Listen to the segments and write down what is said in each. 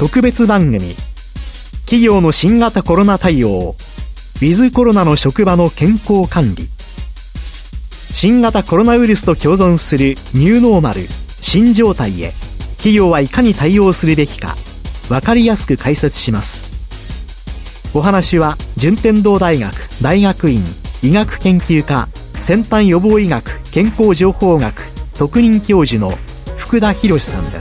特別番組、企業の新型コロナ対応、ウィズコロナの職場の健康管理、新型コロナウイルスと共存するニューノーマル、新状態へ企業はいかに対応するべきか、分かりやすく解説します。お話は順天堂大学大学院医学研究科先端予防医学健康情報学特任教授の福田博さんです。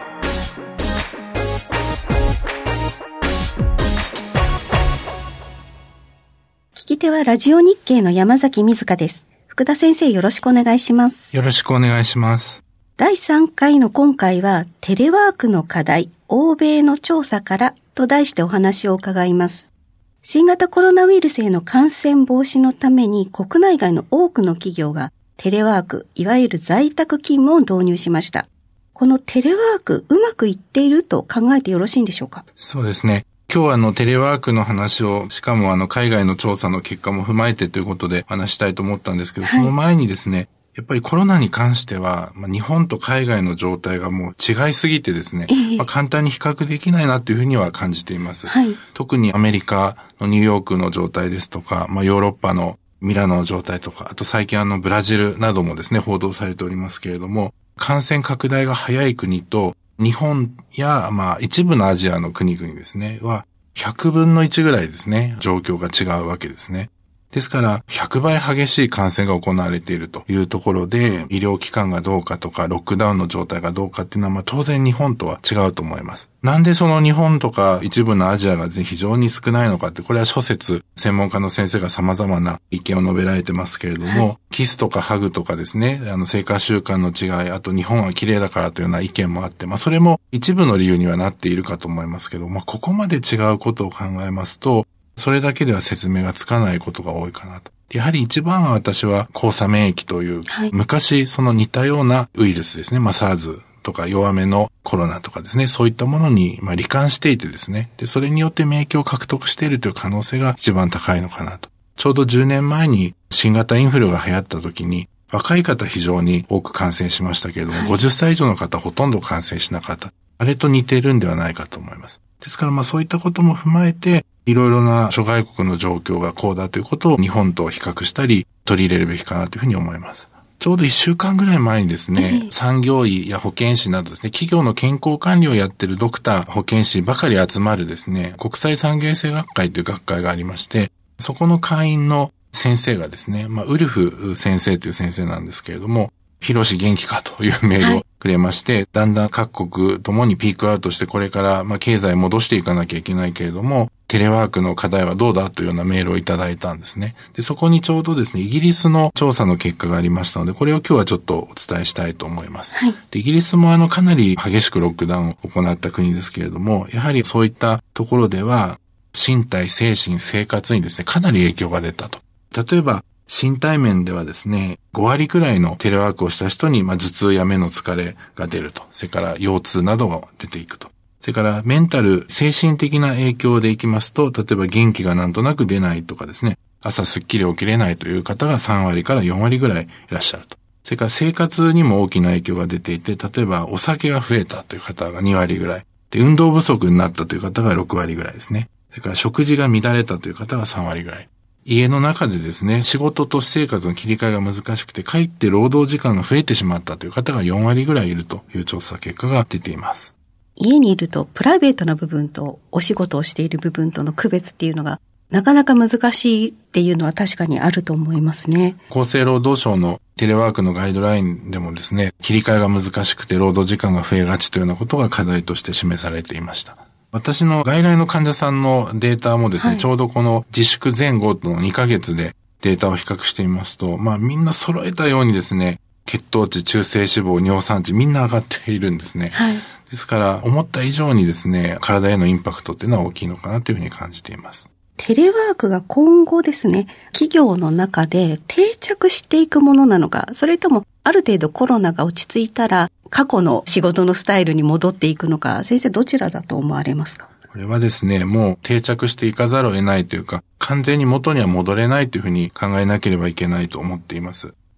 聞き手はラジオ日経の山崎瑞香です。福田先生、よろしくお願いします。 よろしくお願いします。 第3回の今回はテレワークの課題、欧米の調査からと題してお話を伺います。新型コロナウイルスへの感染防止のために国内外の多くの企業がテレワーク、いわゆる在宅勤務を導入しました。このテレワーク、うまくいっていると考えてよろしいんでしょうか？ そうですね。今日はテレワークの話を、しかも海外の調査の結果も踏まえてということで話したいと思ったんですけど、その前にですね、やっぱりコロナに関しては、日本と海外の状態がもう違いすぎてですね、簡単に比較できないなというふうには感じています。特にアメリカのニューヨークの状態ですとか、ヨーロッパのミラノの状態とか、あと最近ブラジルなどもですね、報道されておりますけれども、感染拡大が早い国と、日本や一部のアジアの国々ですね、は100分の1ぐらいですね、状況が違うわけですね。ですから、100倍激しい感染が行われているというところで、医療機関がどうかとか、ロックダウンの状態がどうかっていうのは、当然日本とは違うと思います。なんでその日本とか一部のアジアが非常に少ないのかって、これは諸説、専門家の先生が様々な意見を述べられてますけれども、キスとかハグとかですね、生活習慣の違い、あと日本は綺麗だからというような意見もあって、それも一部の理由にはなっているかと思いますけど、ここまで違うことを考えますと、それだけでは説明がつかないことが多いかなと。やはり一番は私は交差免疫という、昔その似たようなウイルスですね、SARS とか弱めのコロナとかですね、そういったものに罹患していてですね、で、それによって免疫を獲得しているという可能性が一番高いのかなと。ちょうど10年前に新型インフルが流行った時に、若い方非常に多く感染しましたけれども、50歳以上の方ほとんど感染しなかった。あれと似ているんではないかと思います。ですからそういったことも踏まえて、いろいろな諸外国の状況がこうだということを日本と比較したり取り入れるべきかなというふうに思います。ちょうど1週間ぐらい前にですね、産業医や保健師などですね、企業の健康管理をやっているドクター、保健師ばかり集まるですね、国際産業衛生学会という学会がありまして、そこの会員の先生がですね、ウルフ先生という先生なんですけれども、ヒロシ元気かというメールをくれまして、だんだん各国ともにピークアウトしてこれから経済戻していかなきゃいけないけれども、テレワークの課題はどうだというようなメールをいただいたんですね。で、そこにちょうどですね、イギリスの調査の結果がありましたので、これを今日はちょっとお伝えしたいと思います。で、イギリスもかなり激しくロックダウンを行った国ですけれども、やはりそういったところでは、身体、精神、生活にですね、かなり影響が出たと。例えば、身体面ではですね、5割くらいのテレワークをした人に頭痛や目の疲れが出ると。それから腰痛などが出ていくと。それからメンタル、精神的な影響でいきますと、例えば元気がなんとなく出ないとかですね、朝すっきり起きれないという方が3割から4割ぐらいいらっしゃると。それから生活にも大きな影響が出ていて、例えばお酒が増えたという方が2割ぐらい。で、運動不足になったという方が6割ぐらいですね。それから食事が乱れたという方が3割ぐらい。家の中でですね、仕事と私生活の切り替えが難しくて、かえって労働時間が増えてしまったという方が4割ぐらいいるという調査結果が出ています。 家にいるとプライベートな部分とお仕事をしている部分との区別っていうのがなかなか難しいっていうのは確かにあると思いますね。 厚生労働省のテレワークのガイドラインでもですね、切り替えが難しくて労働時間が増えがちというようなことが課題として示されていました。私の外来の患者さんのデータもですね、ちょうどこの自粛前後の2ヶ月でデータを比較してみますと、みんな揃えたようにですね、血糖値、中性脂肪、尿酸値みんな上がっているんですね。ですから思った以上にですね、体へのインパクトっていうのは大きいのかなというふうに感じています。 テレワークが今後ですね、企業の中で定着していくものなのか、それともある程度コロナが落ち着いたら過去の仕事のスタイルに戻っていくのか、先生どちらだと思われますか？ これはですね、もう定着していかざるを得ないというか、完全に元には戻れないというふうに考えなければいけないと思っています。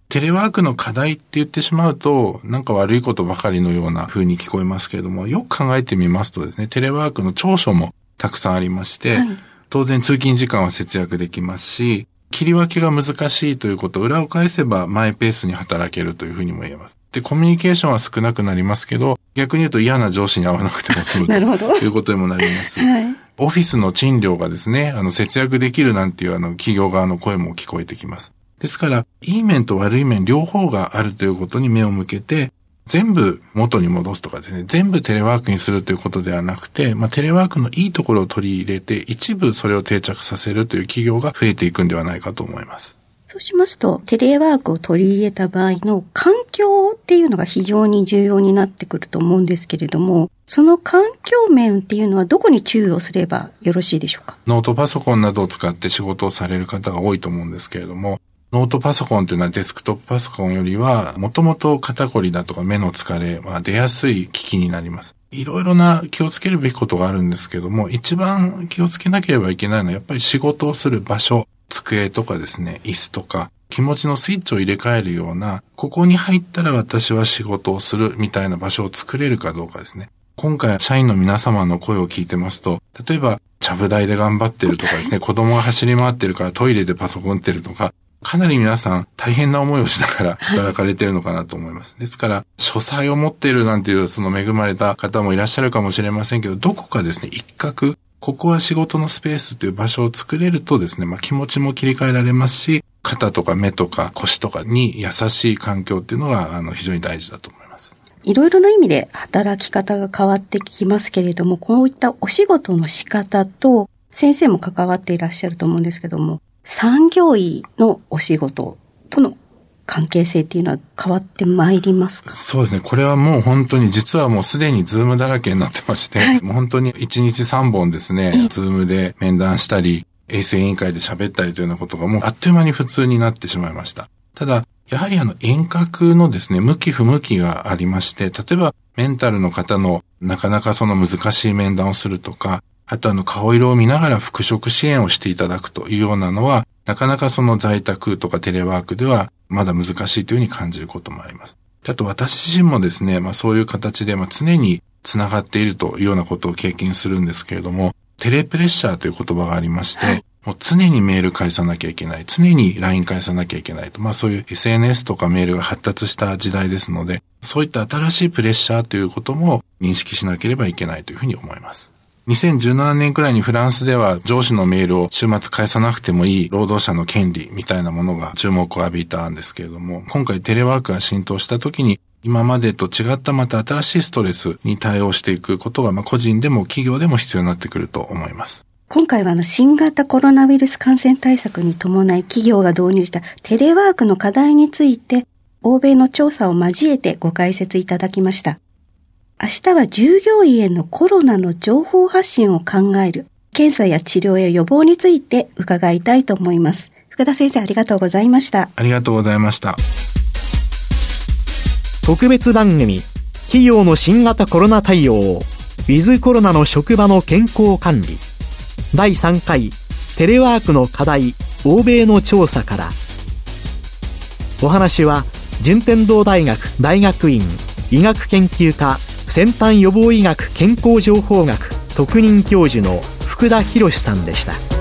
テレワークの課題って言ってしまうと、なんか悪いことばかりのような風に聞こえますけれども、よく考えてみますとですね、テレワークの長所もたくさんありまして、当然通勤時間は節約できますし、切り分けが難しいということ、裏を返せばマイペースに働けるというふうにも言えます。で、コミュニケーションは少なくなりますけど、逆に言うと嫌な上司に会わなくても済むということにもなります。オフィスの賃料がですね、節約できるなんていう企業側の声も聞こえてきます。ですから、いい面と悪い面両方があるということに目を向けて、全部元に戻すとかですね、全部テレワークにするということではなくて、テレワークのいいところを取り入れて、一部それを定着させるという企業が増えていくんではないかと思います。 そうしますと、テレワークを取り入れた場合の環境っていうのが非常に重要になってくると思うんですけれども、その環境面っていうのはどこに注意をすればよろしいでしょうか？ ノートパソコンなどを使って仕事をされる方が多いと思うんですけれども、ノートパソコンというのはデスクトップパソコンよりは、もともと肩こりだとか目の疲れは出やすい機器になります。いろいろな気をつけるべきことがあるんですけども、一番気をつけなければいけないのはやっぱり仕事をする場所、机とかですね、椅子とか、気持ちのスイッチを入れ替えるような、ここに入ったら私は仕事をするみたいな場所を作れるかどうかですね。今回社員の皆様の声を聞いてますと、例えば、ちゃぶ台で頑張ってるとかですね、子供が走り回ってるからトイレでパソコン打ってるとか、かなり皆さん大変な思いをしながら働かれているのかなと思います。ですから、書斎を持っているなんていうその恵まれた方もいらっしゃるかもしれませんけど、どこかですね、一角、ここは仕事のスペースという場所を作れるとですね、気持ちも切り替えられますし、肩とか目とか腰とかに優しい環境っていうのが非常に大事だと思います。 いろいろな意味で働き方が変わってきますけれども、こういったお仕事の仕方と先生も関わっていらっしゃると思うんですけども、産業医のお仕事との関係性っていうのは変わってまいりますか？ そうですね。これはもう本当に実はもうすでにズームだらけになってまして、もう本当に1日3本ですね、ズームで面談したり、衛生委員会で喋ったりというようなことがもうあっという間に普通になってしまいました。ただ、やはり遠隔のですね、向き不向きがありまして、例えばメンタルの方のなかなかその難しい面談をするとか、あと顔色を見ながら復職支援をしていただくというようなのは、なかなかその在宅とかテレワークではまだ難しいというふうに感じることもあります。あと私自身もですね、そういう形で常につながっているというようなことを経験するんですけれども、テレプレッシャーという言葉がありまして、もう常にメール返さなきゃいけない、常に LINE 返さなきゃいけないと、そういう SNS とかメールが発達した時代ですので、そういった新しいプレッシャーということも認識しなければいけないというふうに思います。2017年くらいにフランスでは上司のメールを週末返さなくてもいい労働者の権利みたいなものが注目を浴びたんですけれども、今回テレワークが浸透した時に今までと違ったまた新しいストレスに対応していくことが個人でも企業でも必要になってくると思います。 今回は新型コロナウイルス感染対策に伴い企業が導入したテレワークの課題について欧米の調査を交えてご解説いただきました。明日は従業員へのコロナの情報発信を考える検査や治療や予防について伺いたいと思います。福田先生、ありがとうございました。 ありがとうございました。 特別番組、企業の新型コロナ対応、ウィズコロナの職場の健康管理。第3回テレワークの課題、欧米の調査から。お話は順天堂大学大学院医学研究科先端予防医学健康情報学特任教授の福田博さんでした。